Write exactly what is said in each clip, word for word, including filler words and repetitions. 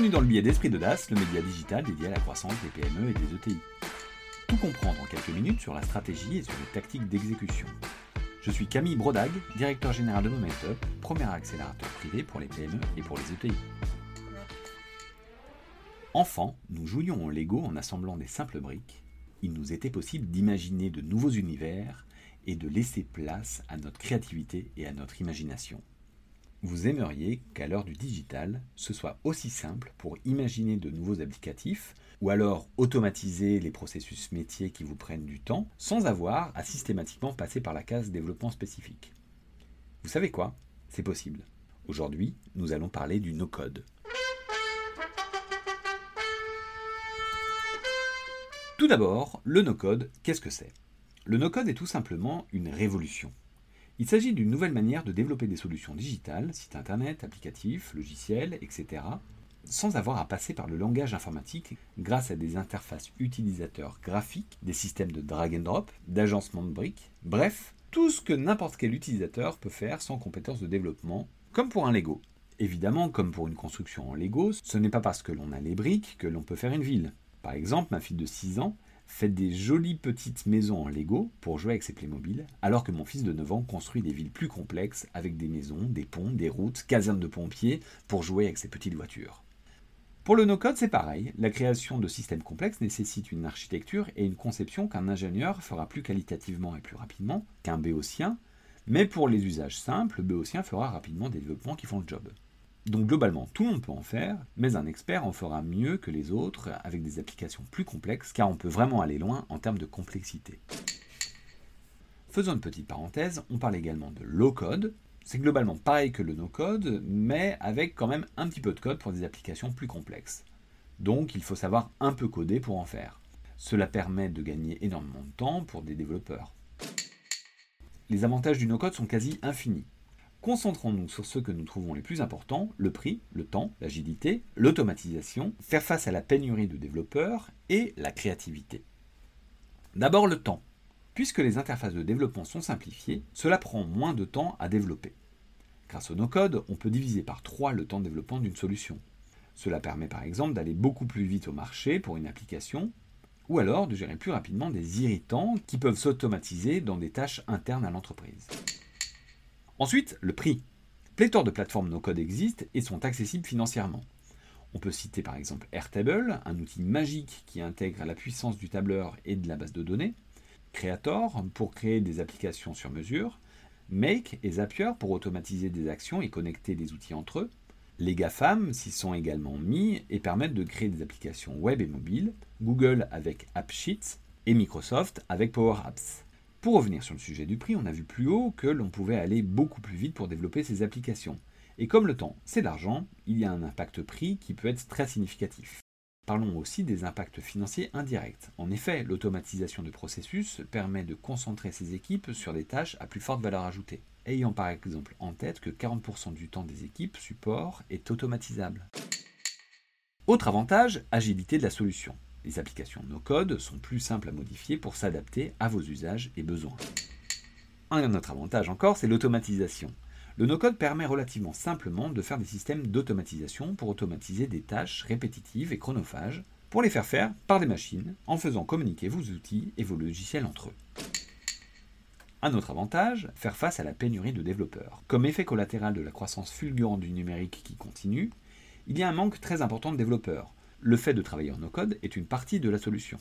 Bienvenue dans le billet d'Esprit d'Audace, le média digital dédié à la croissance des P M E et des E T I. Tout comprendre en quelques minutes sur la stratégie et sur les tactiques d'exécution. Je suis Camille Brodag, directeur général de Momentup, premier accélérateur privé pour les P M E et pour les E T I. Enfant, nous jouions au Lego en assemblant des simples briques. Il nous était possible d'imaginer de nouveaux univers et de laisser place à notre créativité et à notre imagination. Vous aimeriez qu'à l'heure du digital, ce soit aussi simple pour imaginer de nouveaux applicatifs ou alors automatiser les processus métiers qui vous prennent du temps sans avoir à systématiquement passer par la case développement spécifique. Vous savez quoi ? C'est possible. Aujourd'hui, nous allons parler du no-code. Tout d'abord, le no-code, qu'est-ce que c'est ? Le no-code est tout simplement une révolution. Il s'agit d'une nouvelle manière de développer des solutions digitales, sites internet, applicatifs, logiciels, et cetera, sans avoir à passer par le langage informatique grâce à des interfaces utilisateurs graphiques, des systèmes de drag and drop, d'agencement de briques, bref, tout ce que n'importe quel utilisateur peut faire sans compétences de développement, comme pour un Lego. Évidemment, comme pour une construction en Lego, ce n'est pas parce que l'on a les briques que l'on peut faire une ville. Par exemple, ma fille de six ans fait des jolies petites maisons en Lego pour jouer avec ses Playmobil, alors que mon fils de neuf ans construit des villes plus complexes avec des maisons, des ponts, des routes, casernes de pompiers pour jouer avec ses petites voitures. Pour le no-code, c'est pareil. La création de systèmes complexes nécessite une architecture et une conception qu'un ingénieur fera plus qualitativement et plus rapidement qu'un béotien, mais pour les usages simples, le béotien fera rapidement des développements qui font le job. Donc globalement, tout le monde peut en faire, mais un expert en fera mieux que les autres avec des applications plus complexes, car on peut vraiment aller loin en termes de complexité. Faisons une petite parenthèse, on parle également de low-code. C'est globalement pareil que le no-code, mais avec quand même un petit peu de code pour des applications plus complexes. Donc il faut savoir un peu coder pour en faire. Cela permet de gagner énormément de temps pour des développeurs. Les avantages du no-code sont quasi infinis. Concentrons-nous sur ceux que nous trouvons les plus importants, le prix, le temps, l'agilité, l'automatisation, faire face à la pénurie de développeurs et la créativité. D'abord le temps. Puisque les interfaces de développement sont simplifiées, cela prend moins de temps à développer. Grâce au no-code, on peut diviser par trois le temps de développement d'une solution. Cela permet par exemple d'aller beaucoup plus vite au marché pour une application, ou alors de gérer plus rapidement des irritants qui peuvent s'automatiser dans des tâches internes à l'entreprise. Ensuite, le prix. Pléthore de plateformes no-code existent et sont accessibles financièrement. On peut citer par exemple Airtable, un outil magique qui intègre la puissance du tableur et de la base de données, Creator pour créer des applications sur mesure, Make et Zapier pour automatiser des actions et connecter des outils entre eux, les GAFAM s'y sont également mis et permettent de créer des applications web et mobiles, Google avec AppSheets et Microsoft avec Power Apps. Pour revenir sur le sujet du prix, on a vu plus haut que l'on pouvait aller beaucoup plus vite pour développer ces applications. Et comme le temps, c'est l'argent, il y a un impact prix qui peut être très significatif. Parlons aussi des impacts financiers indirects. En effet, l'automatisation de processus permet de concentrer ces équipes sur des tâches à plus forte valeur ajoutée, ayant par exemple en tête que quarante pour cent du temps des équipes support est automatisable. Autre avantage, agilité de la solution. Les applications no-code sont plus simples à modifier pour s'adapter à vos usages et besoins. Un autre avantage encore, c'est l'automatisation. Le no-code permet relativement simplement de faire des systèmes d'automatisation pour automatiser des tâches répétitives et chronophages, pour les faire faire par des machines, en faisant communiquer vos outils et vos logiciels entre eux. Un autre avantage, faire face à la pénurie de développeurs. Comme effet collatéral de la croissance fulgurante du numérique qui continue, il y a un manque très important de développeurs. Le fait de travailler en no-code est une partie de la solution.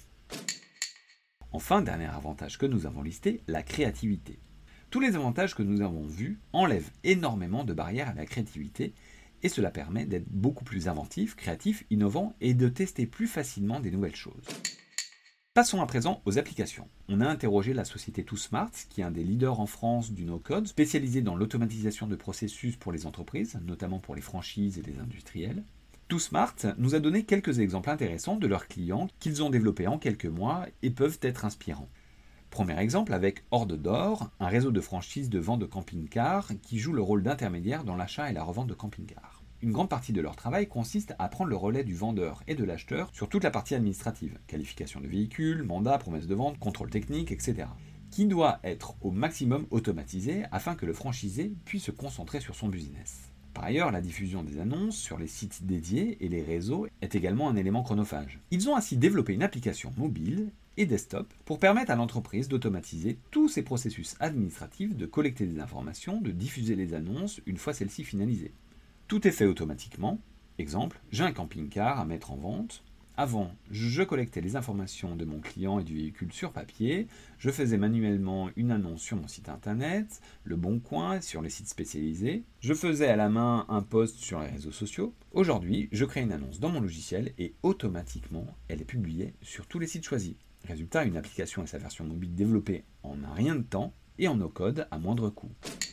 Enfin, dernier avantage que nous avons listé, la créativité. Tous les avantages que nous avons vus enlèvent énormément de barrières à la créativité et cela permet d'être beaucoup plus inventif, créatif, innovant et de tester plus facilement des nouvelles choses. Passons à présent aux applications. On a interrogé la société TooSmart, qui est un des leaders en France du no-code, spécialisé dans l'automatisation de processus pour les entreprises, notamment pour les franchises et les industriels. TooSmart nous a donné quelques exemples intéressants de leurs clients qu'ils ont développés en quelques mois et peuvent être inspirants. Premier exemple avec Horde d'Or, un réseau de franchise de vente de camping-cars qui joue le rôle d'intermédiaire dans l'achat et la revente de camping-cars. Une grande partie de leur travail consiste à prendre le relais du vendeur et de l'acheteur sur toute la partie administrative, qualification de véhicule, mandat, promesse de vente, contrôle technique, et cetera, qui doit être au maximum automatisé afin que le franchisé puisse se concentrer sur son business. Par ailleurs, la diffusion des annonces sur les sites dédiés et les réseaux est également un élément chronophage. Ils ont ainsi développé une application mobile et desktop pour permettre à l'entreprise d'automatiser tous ces processus administratifs, de collecter des informations, de diffuser les annonces une fois celles-ci finalisées. Tout est fait automatiquement. Exemple, j'ai un camping-car à mettre en vente. Avant, je collectais les informations de mon client et du véhicule sur papier, je faisais manuellement une annonce sur mon site internet, Le Bon Coin, sur les sites spécialisés, je faisais à la main un post sur les réseaux sociaux. Aujourd'hui, je crée une annonce dans mon logiciel et automatiquement, elle est publiée sur tous les sites choisis. Résultat, une application et sa version mobile développée en un rien de temps et en no-code à moindre coût.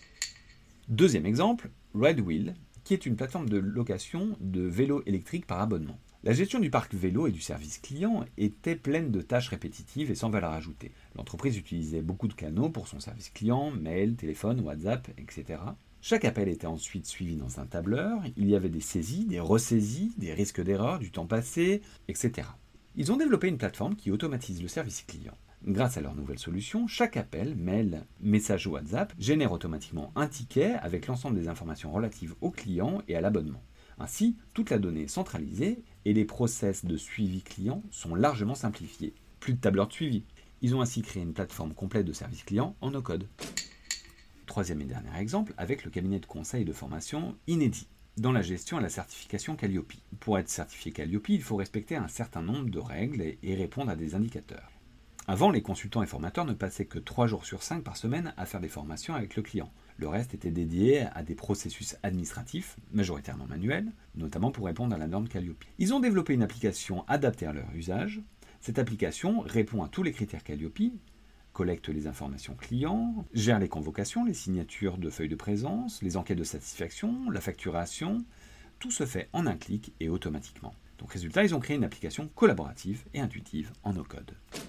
Deuxième exemple, Redwheel, qui est une plateforme de location de vélos électriques par abonnement. La gestion du parc vélo et du service client était pleine de tâches répétitives et sans valeur ajoutée. L'entreprise utilisait beaucoup de canaux pour son service client, mail, téléphone, WhatsApp, et cetera. Chaque appel était ensuite suivi dans un tableur, il y avait des saisies, des ressaisies, des risques d'erreur, du temps passé, et cetera. Ils ont développé une plateforme qui automatise le service client. Grâce à leur nouvelle solution, chaque appel, mail, message WhatsApp génère automatiquement un ticket avec l'ensemble des informations relatives au client et à l'abonnement. Ainsi, toute la donnée est centralisée et les process de suivi client sont largement simplifiés. Plus de tableur de suivi. Ils ont ainsi créé une plateforme complète de service client en no-code. Troisième et dernier exemple, avec le cabinet de conseil et de formation Inédit, dans la gestion et la certification Calliope. Pour être certifié Calliope, il faut respecter un certain nombre de règles et répondre à des indicateurs. Avant, les consultants et formateurs ne passaient que trois jours sur cinq par semaine à faire des formations avec le client. Le reste était dédié à des processus administratifs, majoritairement manuels, notamment pour répondre à la norme Calliope. Ils ont développé une application adaptée à leur usage. Cette application répond à tous les critères Calliope, collecte les informations clients, gère les convocations, les signatures de feuilles de présence, les enquêtes de satisfaction, la facturation. Tout se fait en un clic et automatiquement. Donc résultat, ils ont créé une application collaborative et intuitive en no-code.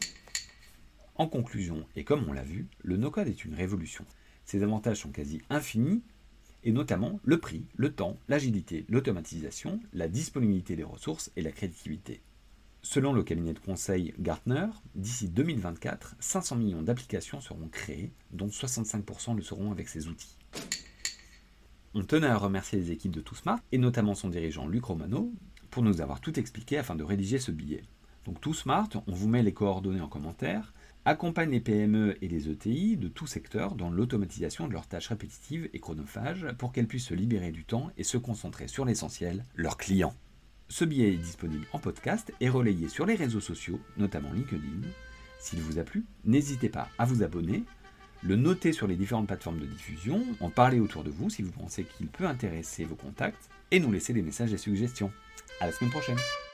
En conclusion, et comme on l'a vu, le no-code est une révolution. Ses avantages sont quasi infinis, et notamment le prix, le temps, l'agilité, l'automatisation, la disponibilité des ressources et la créativité. Selon le cabinet de conseil Gartner, d'ici deux mille vingt-quatre, cinq cents millions d'applications seront créées, dont soixante-cinq pour cent le seront avec ces outils. On tenait à remercier les équipes de TooSmart, et notamment son dirigeant Luc Romano, pour nous avoir tout expliqué afin de rédiger ce billet. Donc TooSmart, on vous met les coordonnées en commentaire, accompagne les P M E et les E T I de tout secteur dans l'automatisation de leurs tâches répétitives et chronophages pour qu'elles puissent se libérer du temps et se concentrer sur l'essentiel, leurs clients. Ce billet est disponible en podcast et relayé sur les réseaux sociaux, notamment LinkedIn. S'il vous a plu, n'hésitez pas à vous abonner, le noter sur les différentes plateformes de diffusion, en parler autour de vous si vous pensez qu'il peut intéresser vos contacts et nous laisser des messages et suggestions. À la semaine prochaine.